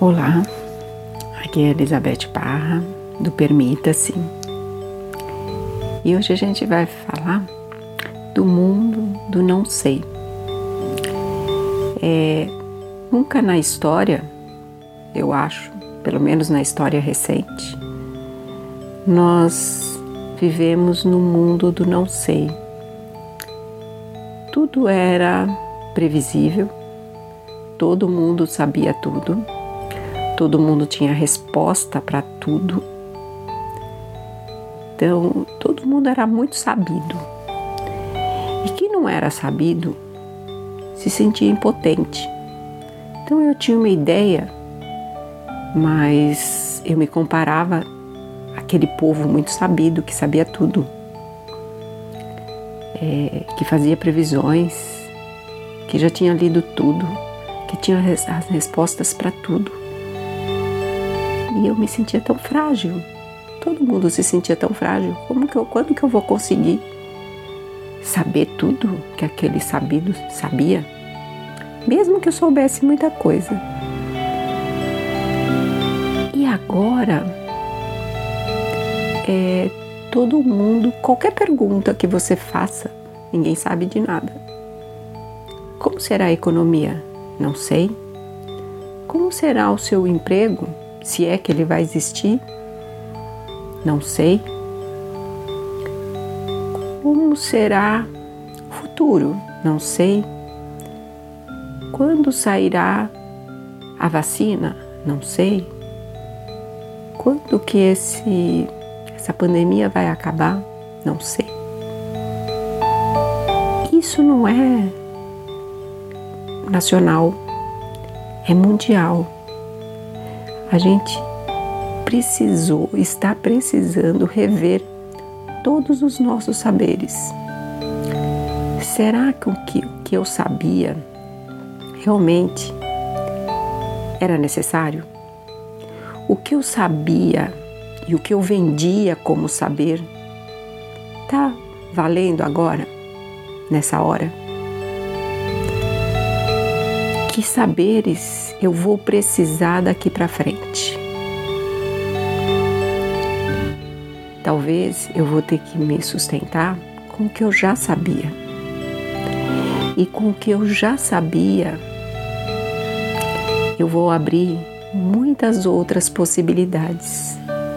Olá, aqui é Elizabeth Parra, do Permita-se. E hoje a gente vai falar do mundo do não sei. Nunca na história, eu acho, pelo menos na história recente, nós vivemos no mundo do não sei. Tudo era previsível, todo mundo sabia tudo. Todo mundo tinha resposta para tudo. Então, todo mundo era muito sabido. E quem não era sabido se sentia impotente. Então, eu tinha uma ideia, mas eu me comparava àquele povo muito sabido, que sabia tudo. Que fazia previsões, que já tinha lido tudo, que tinha as respostas para tudo. E eu me sentia tão frágil. Todo mundo se sentia tão frágil. Quando que eu vou conseguir saber tudo que aquele sabido sabia? Mesmo que eu soubesse muita coisa. E agora, todo mundo, qualquer pergunta que você faça, ninguém sabe de nada. Como será a economia? Não sei. Como será o seu emprego? Se é que ele vai existir, não sei. Como será o futuro? Não sei. Quando sairá a vacina? Não sei. Quando que essa pandemia vai acabar? Não sei. Isso não é nacional, é mundial. A gente está precisando rever todos os nossos saberes. Será que o que eu sabia realmente era necessário? O que eu sabia e o que eu vendia como saber está valendo agora, nessa hora? Que saberes eu vou precisar daqui para frente? Talvez eu vou ter que me sustentar com o que eu já sabia. E com o que eu já sabia, eu vou abrir muitas outras possibilidades.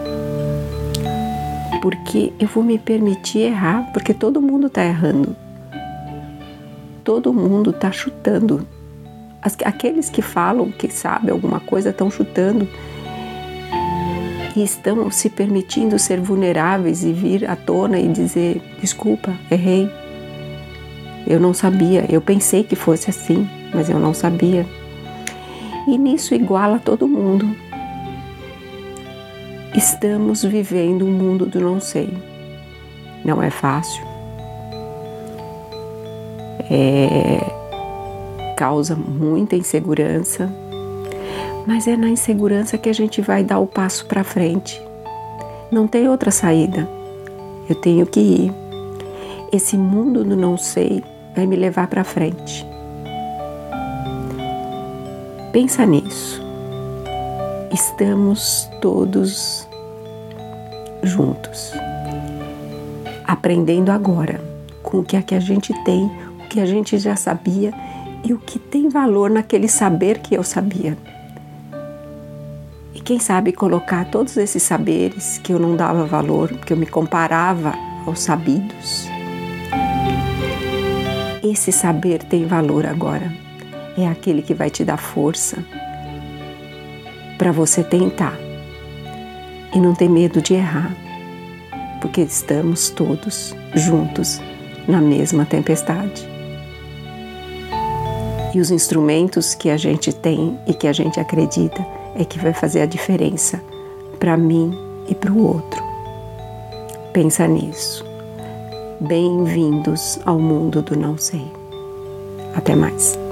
Porque eu vou me permitir errar, porque todo mundo está errando. Todo mundo está chutando. Aqueles que falam que sabem alguma coisa estão chutando e estão se permitindo ser vulneráveis e vir à tona e dizer: desculpa, errei, eu não sabia, eu pensei que fosse assim, mas eu não sabia. E nisso iguala todo mundo. Estamos vivendo um mundo do não sei. Não é fácil. Causa muita insegurança, mas é na insegurança que a gente vai dar o passo para frente. Não tem outra saída. Eu tenho que ir. Esse mundo do não sei vai me levar para frente. Pensa nisso. Estamos todos juntos, aprendendo agora com o que é que a gente tem, o que a gente já sabia e o que tem valor naquele saber que eu sabia. E quem sabe colocar todos esses saberes que eu não dava valor, que eu me comparava aos sabidos. Esse saber tem valor agora. É aquele que vai te dar força para você tentar. E não ter medo de errar. Porque estamos todos juntos na mesma tempestade. E os instrumentos que a gente tem e que a gente acredita é que vai fazer a diferença para mim e para o outro. Pensa nisso. Bem-vindos ao mundo do não sei. Até mais.